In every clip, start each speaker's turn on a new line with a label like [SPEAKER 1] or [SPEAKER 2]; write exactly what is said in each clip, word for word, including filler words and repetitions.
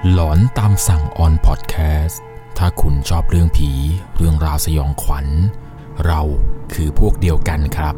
[SPEAKER 1] หลอนตามสั่งออนพอดแคสต์ถ้าคุณชอบเรื่องผีเรื่องราวสยองขวัญเราคือพวกเดียวกันครับ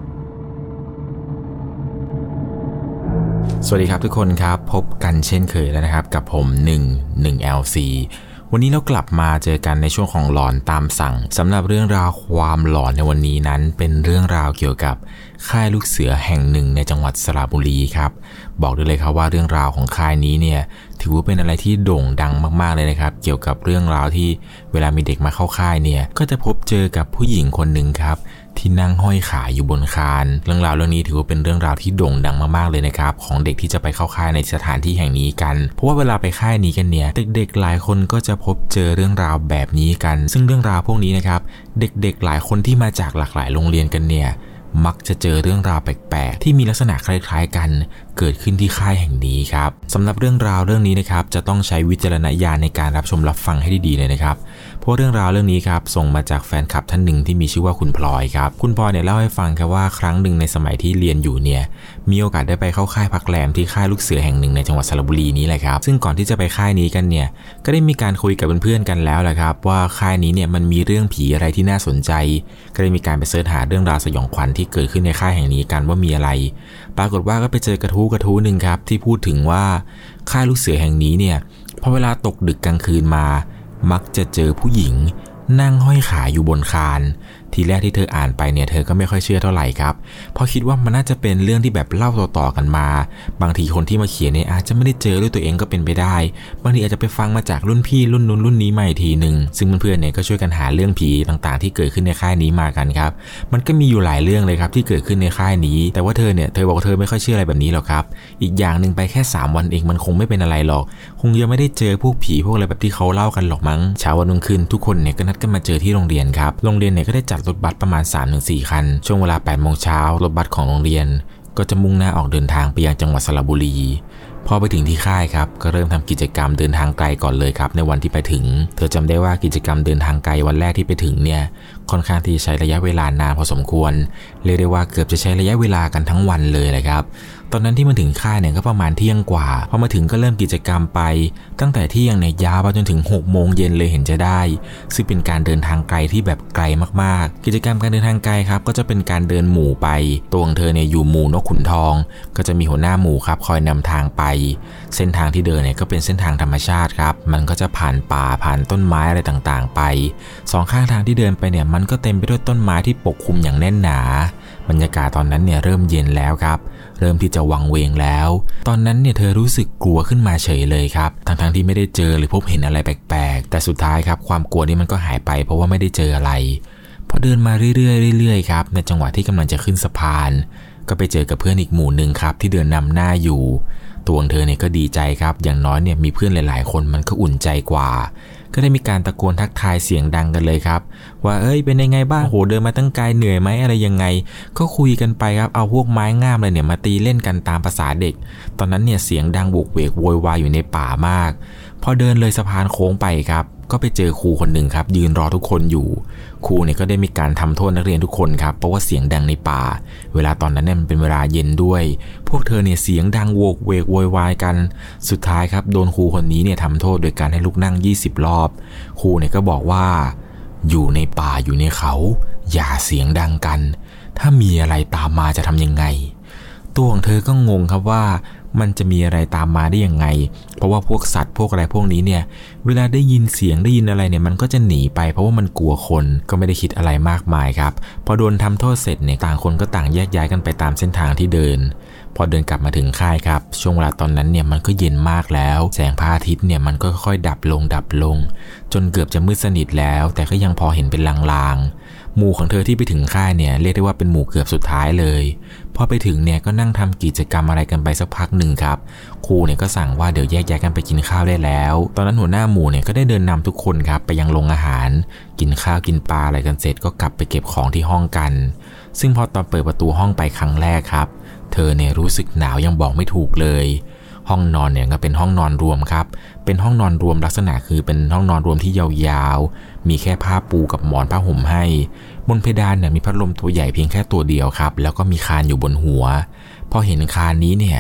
[SPEAKER 1] สวัสดีครับทุกคนครับพบกันเช่นเคยแล้วนะครับกับผมหนึ่ง หนึ่ง แอล ซี วันนี้เรากลับมาเจอกันในช่วงของหลอนตามสั่งสำหรับเรื่องราวความหลอนในวันนี้นั้นเป็นเรื่องราวเกี่ยวกับค่ายลูกเสือแห่งหนึ่งในจังหวัดสระบุรีครับบอกได้เลยครับว่าเรื่องราวของค่ายนี้เนี่ยถือว่าเป็นอะไรที่โด่งดังมากๆเลยนะครับเกี่ยวกับเรื่องราวที่เวลามีเด็กมาเข้าค่ายเนี่ยก็จะพบเจอกับผู้หญิงคนหนึ่งครับที่นั่งห้อยขาอยู่บนคานเรื่องราวเรื่องนี้ถือว่าเป็นเรื่องราวที่โด่งดังมากๆเลยนะครับของเด็กที่จะไปเข้าค่ายในสถานที่แห่งนี้กันเพราะว่าเวลาไปค่ายนี้กันเนี่ยเด็กๆหลายคนก็จะพบเจอเรื่องราวแบบนี้กันซึ่งเรื่องราวพวกนี้นะครับเด็กๆหลายคนที่มาจากหลากหลายโรงเรียนกันเนี่ยมักจะเจอเรื่องราวแปลกๆที่มีลักษณะคล้ายๆกันเกิดขึ้นที่ค่ายแห่งนี้ครับสำหรับเรื่องราวเรื่องนี้นะครับจะต้องใช้วิจารณญาณในการรับชมรับฟังให้ดีๆเลยนะครับเพราะเรื่องราวเรื่องนี้ครับส่งมาจากแฟนคลับท่านหนึ่งที่มีชื่อว่าคุณพลอยครับคุณพลอยเนี่ยเล่าให้ฟังครับว่าครั้งหนึ่งในสมัยที่เรียนอยู่เนี่ยมีโอกาสได้ไปเข้าค่ายพักแรมที่ค่ายลูกเสือแห่งหนึ่งในจังหวัดสระบุรีนี้แหละครับซึ่งก่อนที่จะไปค่ายนี้กันเนี่ยก็ได้มีการคุยกับเพื่อนๆกันแล้วแหละครับว่าค่ายนี้เนี่ยมันมีเรื่องผีอะไรที่น่าสนใจก็ได้มีการไปเสิร์ชหาเรื่องราวสยองขวัญที่เกิดขึ้นในค่ายแห่งนี้กันว่ามีอะไรปรากฏว่าก็ไปเจอกระทู้กระทู้นึงครับที่พูดถึงว่าค่ายลูกเสือแห่งนี้เนี่ยพอเวลาตกดึกกลางคืนมามักจะเจอผู้หญิงนั่งห้อยขาอยู่บนคานทีแรกที่เธออ่านไปเนี่ยเธอก็ไม่ค่อยเชื่อเท่าไหร่ครับเพราะคิดว่ามันน่าจะเป็นเรื่องที่แบบเล่าต่อๆกันมาบางทีคนที่มาเขียนเนี่ยอาจจะไม่ได้เจอด้วยตัวเองก็เป็นไปได้บางทีอาจจะไปฟังมาจากรุ่นพี่รุ่นนู้นรุ่นนี้มาอีกทีนึงซึ่งเพื่อนๆเนี่ยก็ช่วยกันหาเรื่องผีต่างๆที่เกิดขึ้นในค่ายนี้มากันครับมันก็มีอยู่หลายเรื่องเลยครับที่เกิดขึ้นในค่ายนี้แต่ว่าเธอเนี่ยเธอบอกเธอไม่ค่อยเชื่ออะไรแบบนี้หรอกครับอีกอย่างนึงไปแค่สามวันเองมันคงไม่เป็นอะไรหรอกคงยังไม่ได้เจอพวกผีพวกอะไรแบบที่เขาเล่ากันหรอกมั้งเช้าวันรุ่งขึ้นทุกคนเนี่ยก็นัดกันมาเจอที่โรงเรียนครับโรงเรียนเนี่ยก็ได้จัดรถบัสประมาณ สามถึงสี่ คันช่วงเวลา แปดโมงเช้ารถบัสของโรงเรียนก็จะมุ่งหน้าออกเดินทางไปยังจังหวัดสระบุรีพอไปถึงที่ค่ายครับก็เริ่มทำกิจกรรมเดินทางไกลก่อนเลยครับในวันที่ไปถึงเธอจำได้ว่ากิจกรรมเดินทางไกลวันแรกที่ไปถึงเนี่ยค่อนข้างที่จะใช้ระยะเวลานานพอสมควรเรียกได้ว่าเกือบจะใช้ระยะเวลากันทั้งวันเลยแหละครับตอนนั้นที่มันถึงค่ายเนี่ยก็ประมาณเที่ยงกว่าพอมาถึงก็เริ่มกิจกรรมไปตั้งแต่เที่ยงเนี่ยยาวไปจนถึงหกโมงเย็นเลยเห็นจะได้ซึ่งเป็นการเดินทางไกลที่แบบไกลมากๆกิจกรรมการเดินทางไกลครับก็จะเป็นการเดินหมู่ไปตัวของเธอเนี่ยอยู่หมู่นกขุนทองก็จะมีหัวหน้าหมู่ครับคอยนำทางไปเส้นทางที่เดินเนี่ยก็เป็นเส้นทางธรรมชาติครับมันก็จะผ่านป่าผ่านต้นไม้อะไรต่างๆไปสองข้างทางที่เดินไปเนี่ยมันก็เต็มไปด้วยต้นไม้ที่ปกคลุมอย่างแน่นหนาบรรยากาศตอนนั้นเนี่ยเริ่มเย็นแล้วครับเริ่มที่จะวังเวงแล้วตอนนั้นเนี่ยเธอรู้สึกกลัวขึ้นมาเฉยเลยครับทั้งๆที่ไม่ได้เจอหรือพบเห็นอะไรแปลกๆแต่สุดท้ายครับความกลัวนี้มันก็หายไปเพราะว่าไม่ได้เจออะไรพอเดินมาเรื่อยๆเรื่อยๆครับในจังหวะที่กำลังจะขึ้นสะพานก็ไปเจอกับเพื่อนอีกหมู่หนึ่งครับที่เดินนำหน้าอยู่ตัวของเธอเนี่ยก็ดีใจครับอย่างน้อยเนี่ยมีเพื่อนหลายๆคนมันก็อุ่นใจกว่าก็ได้มีการตะโกนทักทายเสียงดังกันเลยครับว่าเอ้ยเป็นยังไงบ้างโหเดินมาตั้งไกลเหนื่อยไหมอะไรยังไงก็คุยกันไปครับเอาพวกไม้งามอะไรเนี่ยมาตีเล่นกันตามภาษาเด็กตอนนั้นเนี่ยเสียงดังโวกเวกโวยวายอยู่ในป่ามากพอเดินเลยสะพานโค้งไปครับก็ไปเจอครูคนหนึ่งครับยืนรอทุกคนอยู่ครูเนี่ยก็ได้มีการทำโทษนักเรียนทุกคนครับเพราะว่าเสียงดังในป่าเวลาตอนนั้นเนี่ยมันเป็นเวลาเย็นด้วยพวกเธอเนี่ยเสียงดังโวกเวกโวยวายกันสุดท้ายครับโดนครูคนนี้เนี่ยทำโทษโดยการให้ลุกนั่งยี่สิบรอบครูเนี่ยก็บอกว่าอยู่ในป่าอยู่ในเขาอย่าเสียงดังกันถ้ามีอะไรตามมาจะทำยังไงตัวของเธอก็งงครับว่ามันจะมีอะไรตามมาได้ยังไงเพราะว่าพวกสัตว์พวกอะไรพวกนี้เนี่ยเวลาได้ยินเสียงได้ยินอะไรเนี่ยมันก็จะหนีไปเพราะว่ามันกลัวคนก็ไม่ได้คิดอะไรมากมายครับพอโดนทำโทษเสร็จเนี่ยต่างคนก็ต่างแยกย้ายกันไปตามเส้นทางที่เดินพอเดินกลับมาถึงค่ายครับช่วงเวลาตอนนั้นเนี่ยมันก็เย็นมากแล้วแสงพระอาทิตย์เนี่ยมันก็ค่อยๆดับลงดับลงจนเกือบจะมืดสนิทแล้วแต่ก็ยังพอเห็นเป็นลางๆหมู่ของเธอที่ไปถึงค่ายเนี่ยเรียกได้ว่าเป็นหมู่เกือบสุดท้ายเลยพอไปถึงเนี่ยก็นั่งทำกิจกรรมอะไรกันไปสักพักหนึ่งครับครูเนี่ยก็สั่งว่าเดี๋ยวแยกย้ายกันไปกินข้าวได้แล้วตอนนั้นหัวหน้าหมู่เนี่ยก็ได้เดินนำทุกคนครับไปยังโรงอาหารกินข้าวกินปลาอะไรกันเสร็จก็กลับไปเก็บของที่ห้องกันซึ่งพอตอนเปิดประตูห้องไปครั้งแรกครับเธอเนี่ยรู้สึกหนาวยังบอกไม่ถูกเลยห้องนอนเนี่ยก็เป็นห้องนอนรวมครับเป็นห้องนอนรวมลักษณะคือเป็นห้องนอนรวมที่ยาวๆมีแค่ผ้าปูกับหมอนผ้าห่มให้บนเพดานเนี่ยมีพัดลมตัวใหญ่เพียงแค่ตัวเดียวครับแล้วก็มีคานอยู่บนหัวพอเห็นคานนี้เนี่ย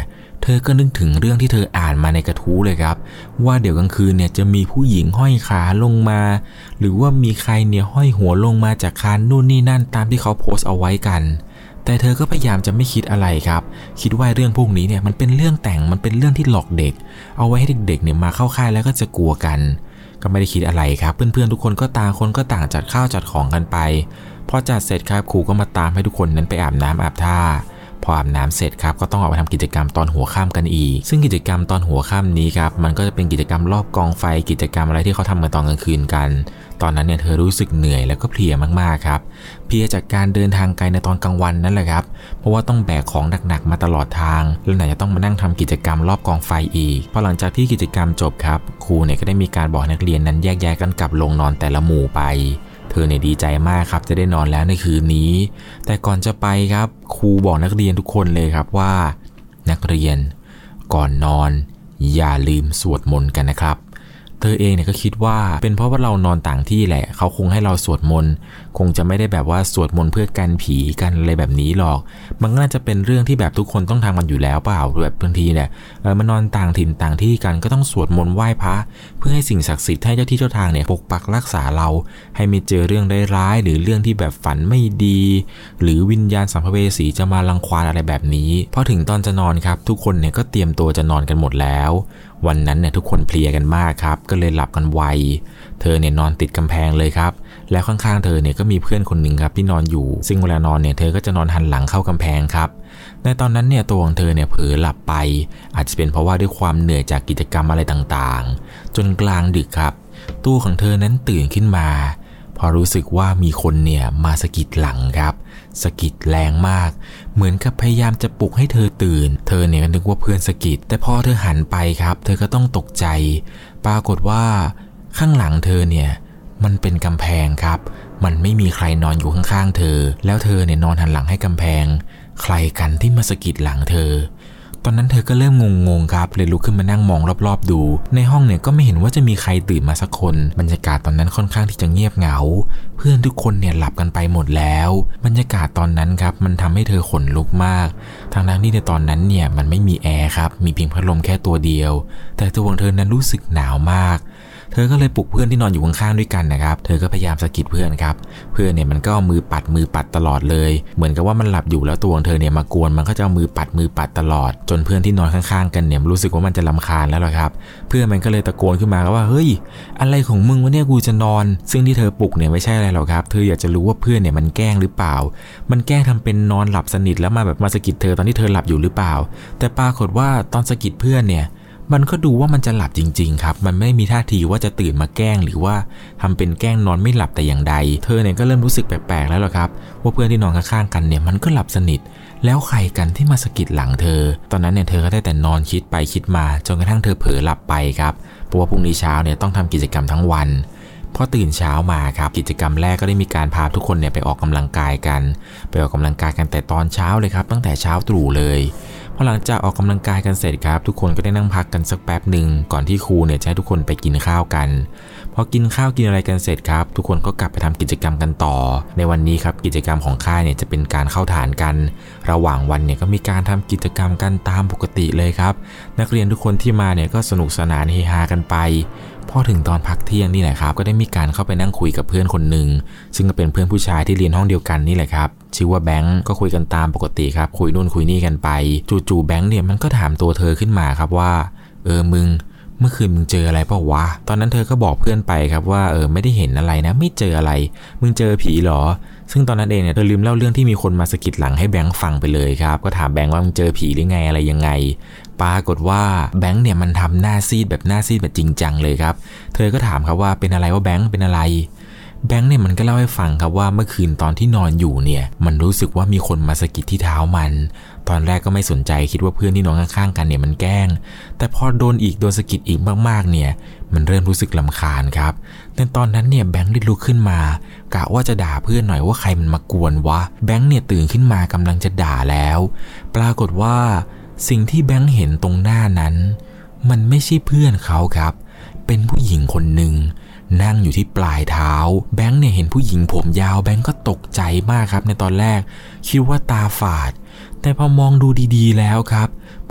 [SPEAKER 1] เธอก็นึกถึงเรื่องที่เธออ่านมาในกระทู้เลยครับว่าเดี๋ยวกลางคืนเนี่ยจะมีผู้หญิงห้อยขาลงมาหรือว่ามีใครเนี่ยห้อยหัวลงมาจากคานนู่นนี่นั่นตามที่เขาโพสต์เอาไว้กันแต่เธอก็พยายามจะไม่คิดอะไรครับคิดว่าเรื่องพวกนี้เนี่ยมันเป็นเรื่องแต่งมันเป็นเรื่องที่หลอกเด็กเอาไว้ให้เด็กๆเนี่ยมาเข้าค่ายแล้วก็จะกลัวกันก็ไม่ได้คิดอะไรครับเพื่อนๆทุกคนก็ต่างคนก็ต่างจัดข้าวจัดของกันไปพอจัดเสร็จครับครูก็มาตามให้ทุกคนนั้นไปอาบน้ำอาบท่าพออาบน้ำเสร็จครับก็ต้องออกไปทำกิจกรรมตอนหัวค่ำกันอีกซึ่งกิจกรรมตอนหัวค่ำนี้ครับมันก็จะเป็นกิจกรรมรอบกองไฟกิจกรรมอะไรที่เขาทำกันตอนกลางคืนกันตอนนั้นเนี่ยเธอรู้สึกเหนื่อยแล้วก็เพลียมากๆครับเพลียจากการเดินทางไกลในตอนกลางวันนั่นแหละครับเพราะว่าต้องแบกของหนักๆมาตลอดทางแล้วไหนจะต้องมานั่งทำกิจกรรมรอบกองไฟอีกพอหลังจากที่กิจกรรมจบครับครูเนี่ยก็ได้มีการบอกนักเรียนนั้นแยกย้ายกันกลับลงนอนแต่ละหมู่ไปเธอเนี่ยดีใจมากครับจะได้นอนแล้วในคืนนี้แต่ก่อนจะไปครับครูบอกนักเรียนทุกคนเลยครับว่านักเรียนก่อนนอนอย่าลืมสวดมนต์กันนะครับเธอเองเนี่ยก็คิดว่าเป็นเพราะว่าเรานอนต่างที่แหละเขาคงให้เราสวดมนต์คงจะไม่ได้แบบว่าสวดมนต์เพื่อกันผีกันอะไรแบบนี้หรอกมันน่าจะเป็นเรื่องที่แบบทุกคนต้องทำกันอยู่แล้วเปล่าแบบบางทีเนี่ยเออมานอนต่างถิ่นต่างที่กันก็ต้องสวดมนต์ไหว้พระเพื่อให้สิ่งศักดิ์สิทธิ์ให้เจ้าที่เจ้าทางเนี่ยปกปักรักษาเราให้ไม่เจอเรื่องร้ายๆหรือเรื่องที่แบบฝันไม่ดีหรือวิญญาณสัมภเวสีจะมารังควานอะไรแบบนี้พอถึงตอนจะนอนครับทุกคนเนี่ยก็เตรียมตัวจะนอนกันหมดแล้ววันนั้นเนี่ยทุกคนเพลียกันมากครับก็เลยหลับกันไวเธอเนี่ยนอนติดกำแพงเลยครับแล้วข้างๆเธอเนี่ยก็มีเพื่อนคนหนึ่งครับที่นอนอยู่ซึ่งเวลานอนเนี่ยเธอก็จะนอนหันหลังเข้ากำแพงครับในตอนนั้นเนี่ยตัวของเธอเนี่ยเผลอหลับไปอาจจะเป็นเพราะว่าด้วยความเหนื่อยจากกิจกรรมอะไรต่างๆจนกลางดึกครับตัวของเธอนั้นตื่นขึ้นมาพอรู้สึกว่ามีคนเนี่ยมาสะกิดหลังครับสะกิดแรงมากเหมือนกับพยายามจะปลุกให้เธอตื่นเธอเนี่ยก็นึกว่าเพื่อนสะกิดแต่พอเธอหันไปครับเธอก็ต้องตกใจปรากฏว่าข้างหลังเธอเนี่ยมันเป็นกำแพงครับมันไม่มีใครนอนอยู่ข้างๆเธอแล้วเธอเนี่ยนอนหันหลังให้กำแพงใครกันที่มาสะกิดหลังเธอตอนนั้นเธอก็เริ่มงงๆครับเลยลุกขึ้นมานั่งมองรอบๆดูในห้องเนี่ยก็ไม่เห็นว่าจะมีใครตื่นมาสักคนบรรยากาศตอนนั้นค่อนข้างที่จะเงียบเหงาเพื่อนทุกคนเนี่ยหลับกันไปหมดแล้วบรรยากาศตอนนั้นครับมันทำให้เธอขนลุกมากทางนั้นที่ในตอนนั้นเนี่ยมันไม่มีแอร์ครับมีเพียงพัดลมแค่ตัวเดียวแต่ตัวของเธอนั้นรู้สึกหนาวมากเธอก็เลยปลุกเพื่อนที่นอนอยู่ข้างๆด้วยกันนะครับเธอก็พยายามสะกิดเพื่อนครับเพื่อนเนี่ยมันก็เอามือปัดมือปัดตลอดเลยเหมือนกับว่ามันหลับอยู่แล้วตัวของเธอเนี่ยมากวนมันก็จะเอามือปัดมือปัดตลอดจนเพื่อนที่นอนข้างๆกันเนี่ยรู้สึกว่ามันจะรำคาญแล้วล่ะครับเพื่อนมันก็เลยตะโกนขึ้นมาว่าเฮ้ยอะไรของมึงวะเนี่ยกูจะนอนซึ่งที่เธอปลุกเนี่ยไม่ใช่อะไรหรอกครับเธออยากจะรู้ว่าเพื่อนเนี่ยมันแกล้งหรือเปล่ามันแกล้งทำเป็นนอนหลับสนิทแล้วมาแบบมาสะกิดเธอตอนที่เธอหลับอยู่หรือเปล่าแต่ปรากฏว่าตอนสะกิดเพื่อนเนี่ยมันก็ดูว่ามันจะหลับจริงๆครับมันไม่มีท่าทีว่าจะตื่นมาแกล้งหรือว่าทำเป็นแกล้งนอนไม่หลับแต่อย่างใดเธอเนี่ยก็เริ่มรู้สึกแปลกๆแล้วล่ะครับว่าเพื่อนที่นอนข้างๆกันเนี่ยมันก็หลับสนิทแล้วใครกันที่มาสะกิดหลังเธอตอนนั้นเนี่ยเธอก็ได้แต่นอนคิดไปคิดมาจนกระทั่งเธอเผลอหลับไปครับเพราะว่าพรุ่งนี้เช้าเนี่ยต้องทำกิจกรรมทั้งวันพอตื่นเช้ามาครับกิจกรรมแรกก็ได้มีการพาทุกคนเนี่ยไปออกกำลังกายกันไปออกกำลังกายกันแต่ตอนเช้าเลยครับตั้งแต่เช้าตรู่เลยพอหลังจากออกกำลังกายกันเสร็จครับทุกคนก็ได้นั่งพักกันสักแป๊บหนึ่งก่อนที่ครูเนี่ยจะให้ทุกคนไปกินข้าวกันพอกินข้าวกินอะไรกันเสร็จครับทุกคนก็กลับไปทำกิจกรรมกันต่อในวันนี้ครับกิจกรรมของค่ายเนี่ยจะเป็นการเข้าฐานกันระหว่างวันเนี่ยก็มีการทำกิจกรรมกันตามปกติเลยครับนักเรียนทุกคนที่มาเนี่ยก็สนุกสนานเฮฮากันไปพอถึงตอนพักเที่ยงนี่แหละครับก็ได้มีการเข้าไปนั่งคุยกับเพื่อนคนหนึ่งซึ่งก็เป็นเพื่อนผู้ชายที่เรียนห้องเดียวกันนี่แหละครับชื่อว่าแบงก์ก็คุยกันตามปกติครับคุยนู่นคุยนี่กันไปจู่ๆแบงก์เนี่ยมันก็ถามตัวเธอขึ้นมาครับว่าเออมึงเมื่อคืนมึงเจออะไรเปล่าวะตอนนั้นเธอก็บอกเพื่อนไปครับว่าเออไม่ได้เห็นอะไรนะไม่เจออะไรมึงเจอผีหรอซึ่งตอนนั้นเองเนี่ยเธอลืมเล่าเรื่องที่มีคนมาสะกิดหลังให้แบงก์ฟังไปเลยครับก็ถามแบงก์ว่ามึงเจอผีหรือไงอะไรยังไงปรากฏว่าแบงค์เนี่ยมันทำหน้าซีดแบบหน้าซีดแบบจริงจังเลยครับเธอก็ถามครับว่าเป็นอะไรว่าแบงค์เป็นอะไรแบงค์เนี่ยมันก็เล่าให้ฟังครับว่าเมื่อคืนตอนที่นอนอยู่เนี่ยมันรู้สึกว่ามีคนมาสะกิดที่เท้ามันตอนแรกก็ไม่สนใจคิดว่าเพื่อนที่นอนข้างๆกันเนี่ยมันแกล้งแต่พอโดนอีกโดนสะกิดอีกมากๆเนี่ยมันเริ่มรู้สึกรำคาญครับแต่ตอนนั้นเนี่ยแบงค์ได้ลุกขึ้นมากะว่าจะด่าเพื่อนหน่อยว่าใครมันมากวนวะแบงค์เนี่ยตื่นขึ้นมากำลังจะด่าแล้วปรากฏว่าสิ่งที่แบงค์เห็นตรงหน้านั้นมันไม่ใช่เพื่อนเขาครับเป็นผู้หญิงคนหนึ่งนั่งอยู่ที่ปลายเท้าแบงค์เนี่ยเห็นผู้หญิงผมยาวแบงค์ก็ตกใจมากครับในตอนแรกคิดว่าตาฝาดแต่พอมองดูดีๆแล้วครับ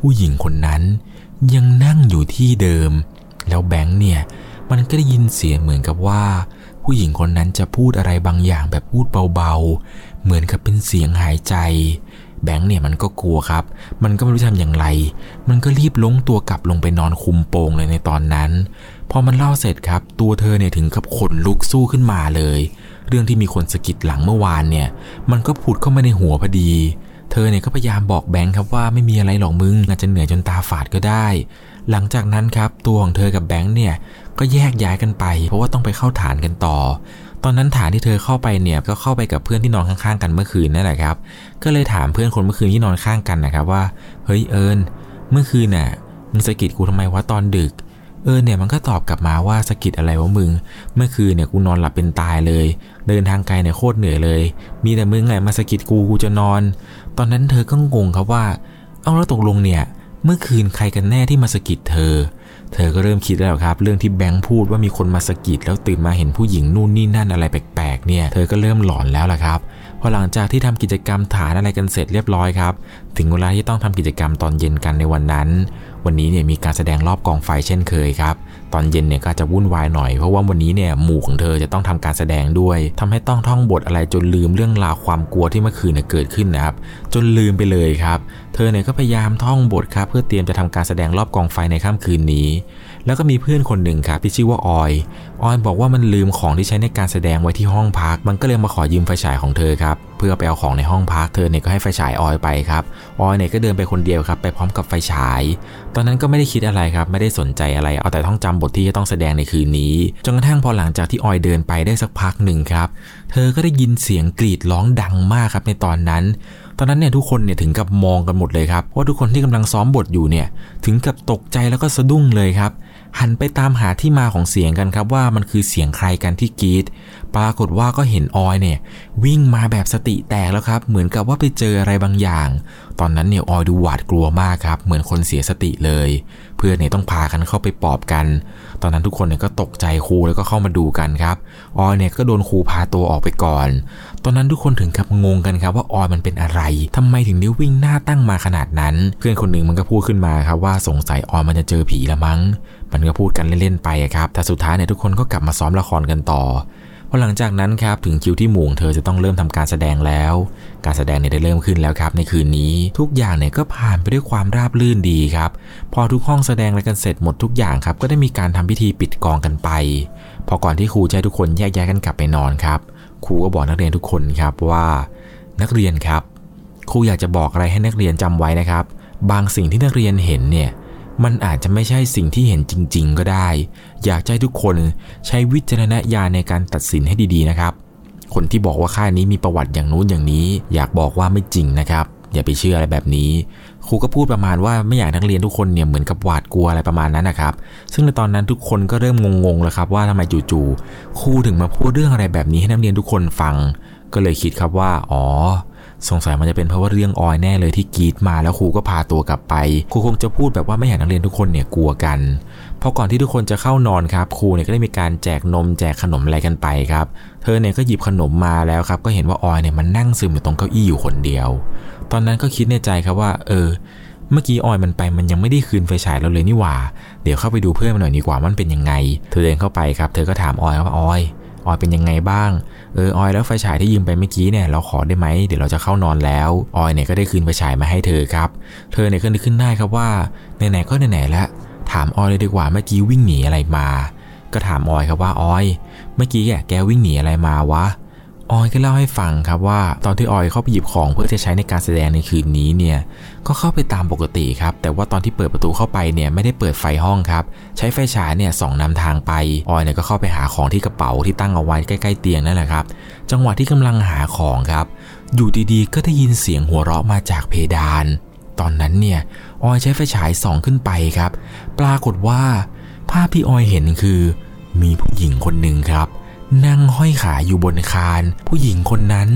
[SPEAKER 1] ผู้หญิงคนนั้นยังนั่งอยู่ที่เดิมแล้วแบงค์เนี่ยมันก็ได้ยินเสียงเหมือนกับว่าผู้หญิงคนนั้นจะพูดอะไรบางอย่างแบบพูดเบาๆเหมือนกับเป็นเสียงหายใจแบงค์เนี่ยมันก็กลัวครับมันก็ไม่รู้ทำอย่างไรมันก็รีบล้มตัวกลับลงไปนอนคุมโปงเลยในตอนนั้นพอมันเล่าเสร็จครับตัวเธอเนี่ยถึงกับขนลุกสู้ขึ้นมาเลยเรื่องที่มีคนสะกิดหลังเมื่อวานเนี่ยมันก็ผุดเข้ามาในหัวพอดีเธอเนี่ยก็พยายามบอกแบงค์ครับว่าไม่มีอะไรหรอกมึงอาจจะเหนื่อยจนตาฝาดก็ได้หลังจากนั้นครับตัวของเธอกับแบงค์เนี่ยก็แยกย้ายกันไปเพราะว่าต้องไปเข้าฐานกันต่อตอนนั้นฐานที่เธอเข้าไปเนี่ยก็เข้าไปกับเพื่อนที่นอนข้างๆกันเมื่อคืนนั่นแหละครับก็เลยถามเพื่อนคนเมื่อคืนที่นอนข้างกันนะครับว่าเฮ้ยเอิญเมื่อคืนน่ะมึงสะกิดกูทำไมวะตอนดึกเออเนี่ยมันก็ตอบกลับมาว่าสะกิดอะไรวะมึงเมื่อคืนเนี่ยกูนอนหลับเป็นตายเลยเดินทางไกลเนี่ยโคตรเหนื่อยเลยมีแต่มึงไงมาสะกิดกูกูจะนอนตอนนั้นเธอก็งงครับว่าเอาแล้วตกลงเนี่ยเมื่อคืนใครกันแน่ที่มาสะกิดเธอเธอก็เริ่มคิดแล้วครับเรื่องที่แบงค์พูดว่ามีคนมาสะกิดแล้วตื่นมาเห็นผู้หญิงนู่นนี่นั่นอะไรแปลกๆเนี่ยเธอก็เริ่มหลอนแล้วล่ะครับพอหลังจากที่ทำกิจกรรมฐานอะไรกันเสร็จเรียบร้อยครับถึงเวลาที่ต้องทำกิจกรรมตอนเย็นกันในวันนั้นวันนี้เนี่ยมีการแสดงรอบกองไฟเช่นเคยครับตอนเย็นเนี่ยก็จะวุ่นวายหน่อยเพราะว่าวันนี้เนี่ยหมู่ของเธอจะต้องทำการแสดงด้วยทำให้ต้องท่องบทอะไรจนลืมเรื่องราวความกลัวที่เมื่อคืนเนี่ยเกิดขึ้นนะครับจนลืมไปเลยครับเธอเนี่ยก็พยายามท่องบทครับเพื่อเตรียมจะทำการแสดงรอบกองไฟในค่ำคืนนี้แล้วก็มีเพื่อนคนหนึ่งครับที่ชื่อว่าออยออยบอกว่ามันลืมของที่ใช้ในการแสดงไว้ที่ห้องพักมันก็เลยมาขอยืมไฟฉายของเธอครับเพื่อไปเอาของในห้องพักเธอเนี่ยก็ให้ไฟฉายออยไปครับออยเนี่ยก็เดินไปคนเดียวครับไปพร้อมกับไฟฉายตอนนั้นก็ไม่ได้คิดอะไรครับไม่ได้สนใจอะไรเอาแต่ท่องจำบทที่จะต้องแสดงในคืนนี้จนกระทั่งพอหลังจากที่ออยเดินไปได้สักพักหนึ่งครับเธอก็ได้ยินเสียงกรีดร้องดังมากครับในตอนนั้นตอนนั้นเนี่ยทุกคนเนี่ยถึงกับมองกันหมดเลยครับเพราะทุกคนที่กำลังซ้อมบทอยู่เนี่ยถึงกับตกใจแล้วก็สะดุ้งเลยครับหันไปตามหาที่มาของเสียงกันครับว่ามันคือเสียงใครกันที่กรีดปรากฏว่าก็เห็นออยเนี่ยวิ่งมาแบบสติแตกแล้วครับเหมือนกับว่าไปเจออะไรบางอย่างตอนนั้นเนี่ยออยดูหวาดกลัวมากครับเหมือนคนเสียสติเลยเพื่อนเนี่ยต้องพากันเข้าไปปลอบกันตอนนั้นทุกคนเนี่ยก็ตกใจครูแล้วก็เข้ามาดูกันครับออยเนี่ยก็โดนครูพาตัวออกไปก่อนตอนนั้นทุกคนถึงกับงงกันครับว่าออยมันเป็นอะไรทำไมถึงได้วิ่งหน้าตั้งมาขนาดนั้นเพื่อนคนหนึ่งมันก็พูดขึ้นมาครับว่าสงสัยออยมันจะเจอผีละมั้งมันก็พูดกันเล่นๆไปครับแต่สุดท้ายเนี่ยทุกคนก็กลับมาซ้อมละครกันต่อพอหลังจากนั้นครับถึงคิวที่หมู่เธอจะต้องเริ่มทำการแสดงแล้วการแสดงเนี่ยได้เริ่มขึ้นแล้วครับในคืนนี้ทุกอย่างเนี่ยก็ผ่านไปด้วยความราบรื่นดีครับพอทุกห้องแสดงอะไรกันเสร็จหมดทุกอย่างครับก็ได้มีการทำพิธีปิดกองกันไปพอก่อนที่ครูจะให้ทุกคนแยกย้ายกันกลับไปนอนครับครูก็บอกนักเรียนทุกคนครับว่านักเรียนครับครูอยากจะบอกอะไรให้นักเรียนจำไว้นะครับบางสิ่งที่นักเรียนเห็นเนี่ยมันอาจจะไม่ใช่สิ่งที่เห็นจริงๆก็ได้อยากให้ทุกคนใช้วิจารณญาณในการตัดสินให้ดีๆนะครับคนที่บอกว่าค่ายนี้มีประวัติอย่างนู้นอย่างนี้อยากบอกว่าไม่จริงนะครับอย่าไปเชื่ออะไรแบบนี้ครูก็พูดประมาณว่าไม่อยากนักเรียนทุกคนเนี่ยเหมือนกับหวาดกลัวอะไรประมาณนั้นนะครับซึ่งในตอนนั้นทุกคนก็เริ่มงงๆแล้วครับว่าทำไมจู่ๆครูถึงมาพูดเรื่องอะไรแบบนี้ให้นักเรียนทุกคนฟังก็เลยคิดครับว่าอ๋อสงสัยมันจะเป็นเพราะว่าเรื่องออยแน่เลยที่กรีดมาแล้วครูก็พาตัวกลับไปครูคงจะพูดแบบว่าไม่อยากนักเรียนทุกคนเนี่ยกลัวกันพอก่อนที่ทุกคนจะเข้านอนครับครูเนี่ยก็ได้มีการแจกนมแจกขนมอะไรกันไปครับเธอเนี่ยก็หยิบขนมมาแล้วครับก็เห็นว่าออยเนี่ยมันนั่งซึมอยู่ตรงเก้าอี้อยู่คนเดียวตอนนั้นก็คิดในใจครับว่าเออเมื่อกี้ออยมันไปมันยังไม่ได้คืนไฟฉายเราเลยนี่หว่าเดี๋ยวเข้าไปดูเพื่อนมันหน่อยดีกว่ามันเป็นยังไงเธอเดินเข้าไปครับเธอก็ถามออยว่าออยออยเป็นยังไงบ้างเออออยแล้วไฟฉายที่ยืมไปเมื่อกี้เนี่ยเราขอได้ไหมเดี๋ยวเราจะเข้านอนแล้วออยเนี่ยก็ได้คืนไฟฉายมาให้เธอครับเธอเนี่ยก็นึกขึ้นได้ครับว่าไหนๆก็ไหนๆแล้วถามออยเลยดีกว่าเมื่อกี้วิ่งหนีอะไรมาก็ถามออยครับว่าออยเมื่อกี้แกวิ่งหนีอะไรมาวะออยก็เล่าให้ฟังครับว่าตอนที่ออยเข้าไปหยิบของเพื่อจะใช้ในการแสดงในคืนนี้เนี่ยก็เข้าไปตามปกติครับแต่ว่าตอนที่เปิดประตูเข้าไปเนี่ยไม่ได้เปิดไฟห้องครับใช้ไฟฉายเนี่ยส่องนำทางไปออยเนี่ยก็เข้าไปหาของที่กระเป๋าที่ตั้งเอาไว้ใกล้ๆเตียงนั่นแหละครับจังหวะที่กำลังหาของครับอยู่ดีๆก็ได้ยินเสียงหัวเราะมาจากเพดานตอนนั้นเนี่ยออยใช้ไฟฉายส่องขึ้นไปครับปรากฏว่าภาพที่ออยเห็นคือมีผู้หญิงคนหนึ่งครับนั่งห้อยขาอยู่บนคานผู้หญิงคนนั้น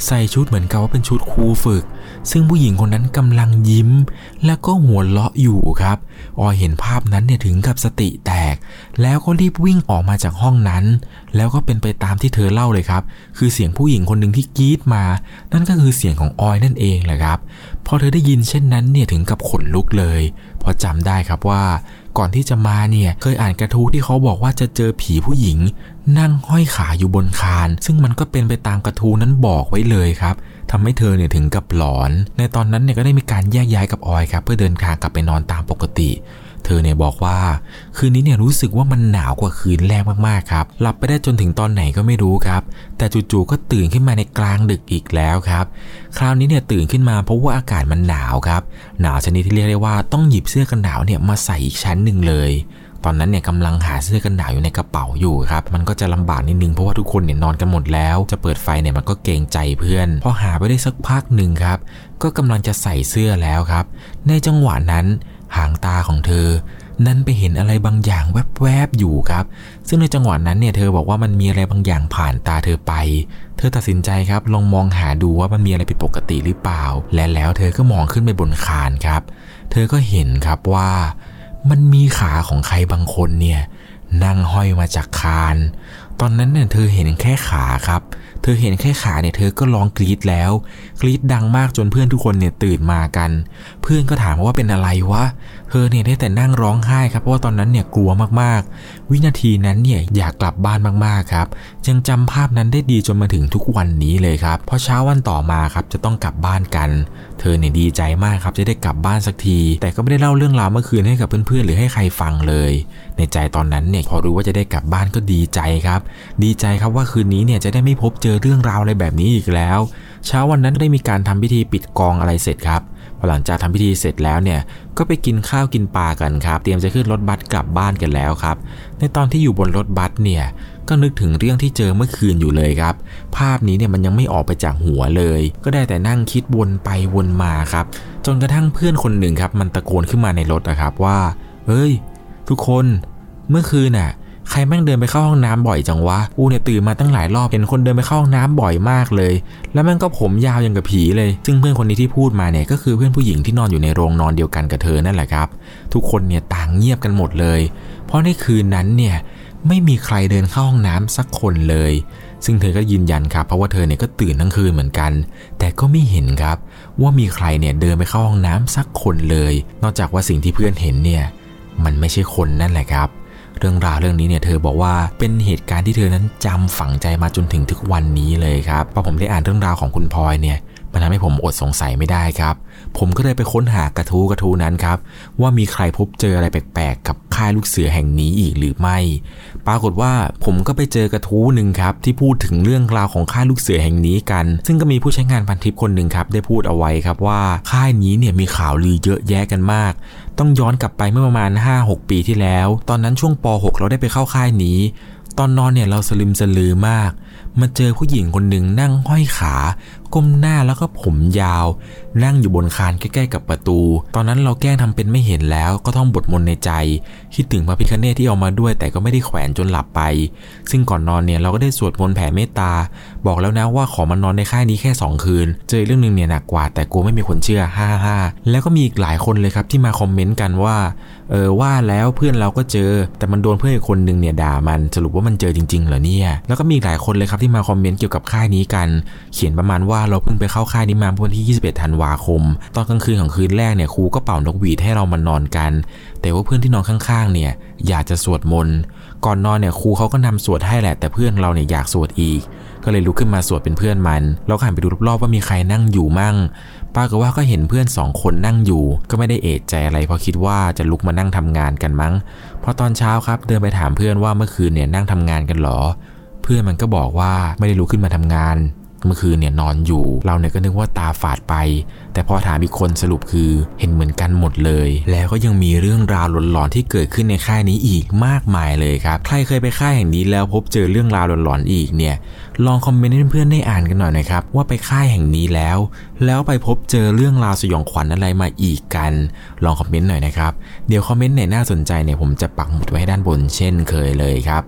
[SPEAKER 1] ใส่ชุดเหมือนกับว่าเป็นชุดครูฝึกซึ่งผู้หญิงคนนั้นกำลังยิ้มแล้วก็หัวเราะอยู่ครับออยเห็นภาพนั้นเนี่ยถึงกับสติแตกแล้วก็รีบวิ่งออกมาจากห้องนั้นแล้วก็เป็นไปตามที่เธอเล่าเลยครับคือเสียงผู้หญิงคนหนึ่งที่กรี๊ดมานั่นก็คือเสียงของออยนั่นเองแหละครับพอเธอได้ยินเช่นนั้นเนี่ยถึงกับขนลุกเลยเพราะจำได้ครับว่าก่อนที่จะมาเนี่ยเคยอ่านกระทู้ที่เขาบอกว่าจะเจอผีผู้หญิงนั่งห้อยขาอยู่บนคานซึ่งมันก็เป็นไปตามกระทู้นั้นบอกไว้เลยครับทำให้เธอเนี่ยถึงกับหลอนในตอนนั้นเนี่ยก็ได้มีการแยกย้ายกับออยครับเพื่อเดินทางกลับไปนอนตามปกติเธอเนี่ยบอกว่าคืนนี้เนี่ยรู้สึกว่ามันหนาวกว่าคืนแรกมากๆครับหลับไปได้จนถึงตอนไหนก็ไม่รู้ครับแต่จู่ๆก็ตื่นขึ้นมาในกลางดึกอีกแล้วครับคราวนี้เนี่ยตื่นขึ้นมาเพราะว่าอากาศมันหนาวครับหนาวชนิดที่เรียกได้ว่าต้องหยิบเสื้อกันหนาวเนี่ยมาใส่อีกชั้นหนึ่งเลยตอนนั้นเนี่ยกำลังหาเสื้อกันหนาวอยู่ในกระเป๋าอยู่ครับมันก็จะลำบากนิดนึงเพราะว่าทุกคนเนี่ยนอนกันหมดแล้วจะเปิดไฟเนี่ยมันก็เกรงใจเพื่อนพอหาไปได้สักพักหนึ่งครับก็กำลังจะใส่เสื้อแล้วครับในจังหวะนั้นหางตาของเธอนั้นไปเห็นอะไรบางอย่างแวบๆอยู่ครับซึ่งในจังหวะนั้นเนี่ยเธอบอกว่ามันมีอะไรบางอย่างผ่านตาเธอไปเธอตัดสินใจครับลองมองหาดูว่ามันมีอะไรผิดปกติหรือเปล่าและแล้วเธอก็มองขึ้นไปบนคานครับเธอก็เห็นครับว่ามันมีขาของใครบางคนเนี่ยนั่งห้อยมาจากคานตอนนั้นเนี่ยเธอเห็นแค่ขาครับเธอเห็นแค่ขาเนี่ยเธอก็ร้องกรี๊ดแล้วกรี๊ดดังมากจนเพื่อนทุกคนเนี่ยตื่นมากันเพื่อนก็ถามว่าเป็นอะไรวะเธอเนี่ยได้แต่นั่งร้องไห้ครับเพราะว่าตอนนั้นเนี่ยกลัวมากๆวินาทีนั้นเนี่ยอยากกลับบ้านมากๆครับยังจำภาพนั้นได้ดีจนมาถึงทุกวันนี้เลยครับพอเช้าวันต่อมาครับจะต้องกลับบ้านกันเธอเนี่ยดีใจมากครับจะได้กลับบ้านสักทีแต่ก็ไม่ได้เล่าเรื่องราวเมื่อคืนให้กับเพื่อนๆหรือให้ใครฟังเลยในใจตอนนั้นเนี่ยพอรู้ว่าจะได้กลับบ้านก็ดีใจครับดีใจครับว่าคืนนี้เนี่ยจะได้ไม่พบเจอเรื่องราวอะไรแบบนี้อีกแล้วเช้าวันนั้นได้มีการทำพิธีปิดกองอะไรเสร็จครับพอหลังจากทำพิธีเสร็จแล้วเนี่ยก็ไปกินข้าวกินปลากันครับเตรียมจะขึ้นรถบัสกลับบ้านกันแล้วครับในตอนที่อยู่บนรถบัสเนี่ยก็นึกถึงเรื่องที่เจอเมื่อคืนอยู่เลยครับภาพนี้เนี่ยมันยังไม่ออกไปจากหัวเลยก็ได้แต่นั่งคิดวนไปวนมาครับจนกระทั่งเพื่อนคนหนึ่งครับมันตะโกนขึ้นมาในรถนะครับว่าเฮ้ยทุกคนเมื่อคืนน่ะใครแม่งเดินไปเข้าห้องน้ำบ่อยจังวะกูเนี่ยตื่นมาตั้งหลายรอบเห็นคนเดินไปเข้าห้องน้ำบ่อยมากเลยแล้วแม่งก็ผมยาวอย่างกับผีเลยซึ่งเพื่อนคนนี้ที่พูดมาเนี่ยก็คือเพื่อนผู้หญิงที่นอนอยู่ในโรงนอนเดียวกันกับเธอนั่นแหละครับทุกคนเนี่ยต่างเงียบกันหมดเลยเพราะในคืนนั้นเนี่ยไม่มีใครเดินเข้าห้องน้ำสักคนเลยซึ่งเธอก็ยืนยันครับเพราะว่าเธอเนี่ยก็ตื่นทั้งคืนเหมือนกันแต่ก็ไม่เห็นครับว่ามีใครเนี่ยเดินไปเข้าห้องน้ำสักคนเลยนอกจากว่าสิ่งที่เพื่อนเห็นเนี่ยมันไม่ใช่คนนั่นแหละครับเรื่องราวเรื่องนี้เนี่ยเธอบอกว่าเป็นเหตุการณ์ที่เธอนั้นจำฝังใจมาจนถึงทุกวันนี้เลยครับพอผมได้อ่านเรื่องราวของคุณพลอยเนี่ยมันทำให้ผมอดสงสัยไม่ได้ครับผมก็เลยไปค้นหากระทู้กระทู้นั้นครับว่ามีใครพบเจออะไรแปลกๆกับค่ายลูกเสือแห่งนี้อีกหรือไม่ปรากฏว่าผมก็ไปเจอกระทู้หนึ่งครับที่พูดถึงเรื่องราวของค่ายลูกเสือแห่งนี้กันซึ่งก็มีผู้ใช้งานพันทิปคนหนึ่งครับได้พูดเอาไว้ครับว่าค่ายนี้เนี่ยมีข่าวลือเยอะแยะกันมากต้องย้อนกลับไปเมื่อประมาณ ห้าหก ปีที่แล้วตอนนั้นช่วงป หกเราได้ไปเข้าค่ายนี้ตอนนอนเนี่ยเราสลึมสลือมากมาเจอผู้หญิงคนหนึ่งนั่งห้อยขาก้มหน้าแล้วก็ผมยาวนั่งอยู่บนคานใกล้ๆกับประตูตอนนั้นเราแกล้งทำเป็นไม่เห็นแล้วก็ท่องบทมนต์ในใจคิดถึงพระพิฆเนศที่เอามาด้วยแต่ก็ไม่ได้แขวนจนหลับไปซึ่งก่อนนอนเนี่ยเราก็ได้สวดมนต์แผ่เมตตาบอกแล้วนะว่าขอมานอนในค่ายนี้แค่สองคืนเจอเรื่องนึงเนี่ยหนักกว่าแต่กูไม่มีคนเชื่อฮ่าฮ่าแล้วก็มีอีกหลายคนเลยครับที่มาคอมเมนต์กันว่าเออว่าแล้วเพื่อนเราก็เจอแต่มันโดนเพื่อนอีกคนนึงเนี่ยด่ามันสรุปว่ามันเจอจริงๆเหรอเนี่ยแล้วก็มีหลายคนเลยครับที่มาคอมเมนต์เกี่ยวกับค่ายนี้กันเขียนประมาณว่าเราเพิ่งไปเข้าค่ายนี้มาวันที่ยี่สิบเอ็ดธันวาคมตอนกลางคืนของคืนแรกเนี่ยครูก็เป่านกหวีดให้เรามานอนกันแต่ว่าเพื่อนที่นอนข้างๆเนี่ยอยากจะสวดมนต์ก่อนนอนเนี่ยครูเขาก็นำสวดให้แหละแต่เพื่อนเราเนี่ยอยากสวดอีกก็เลยลุกขึ้นมาสวดเป็นเพื่อนมันเราก็หันไปดูรอบๆว่ามีใครนั่งอยู่มั่งปรากฏว่าก็เห็นเพื่อนสองคนนั่งอยู่ก็ไม่ได้เอะใจอะไรเพราะคิดว่าจะลุกมานั่งทำงานกันมั้งพอตอนเช้าครับเดินไปถามเพื่อนว่าเมื่อคืนเนี่ยนั่งทำงานกันหรอเพื่อนมันก็บอกว่าไม่ได้ลุกขึ้นมาทำงานเมื่อคืนเนี่ยนอนอยู่เราเนี่ยก็นึกว่าตาฝาดไปแต่พอถามอีกคนสรุปคือเห็นเหมือนกันหมดเลยแล้วก็ยังมีเรื่องราวหลอนๆที่เกิดขึ้นในค่ายนี้อีกมากมายเลยครับใครเคยไปค่ายแห่งนี้แล้วพบเจอเรื่องราวหลอนๆอีกเนี่ยลองคอมเมนต์ให้เพื่อนๆได้อ่านกันหน่อยนะครับว่าไปค่ายแห่งนี้แล้วแล้วไปพบเจอเรื่องราวสยองขวัญอะไรมาอีกกันลองคอมเมนต์หน่อยนะครับเดี๋ยวคอมเมนต์ไหนน่าสนใจเนี่ยผมจะปักหมุดไว้ให้ด้านบนเช่นเคยเลยครับ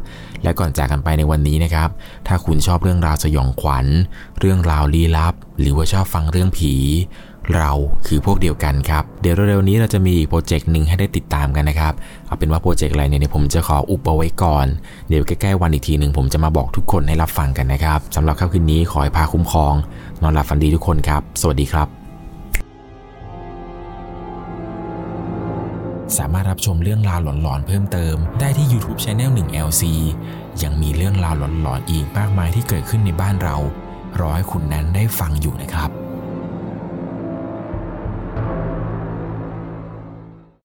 [SPEAKER 1] และก่อนจากกันไปในวันนี้นะครับถ้าคุณชอบเรื่องราวสยองขวัญเรื่องราวลี้ลับหรือว่าชอบฟังเรื่องผีเราคือพวกเดียวกันครับเดี๋ยวเร็วๆนี้เราจะมีโปรเจกต์หนึ่งให้ได้ติดตามกันนะครับเอาเป็นว่าโปรเจกต์อะไรเนี่ยผมจะขออุบเอาไว้ก่อนเดี๋ยวใกล้ๆวันอีกทีหนึ่งผมจะมาบอกทุกคนให้รับฟังกันนะครับสำหรับค่ำคืนนี้ขอให้พาคุ้มครองนอนหลับฝันดีทุกคนครับสวัสดีครับสามารถรับชมเรื่องราวหลอนๆเพิ่มเติมได้ที่ YouTube Channel หนึ่ง แอล ซี ยังมีเรื่องราวหลอนๆอีกมากมายที่เกิดขึ้นในบ้านเรารอให้คุณนั้นได้ฟังอยู่นะครับ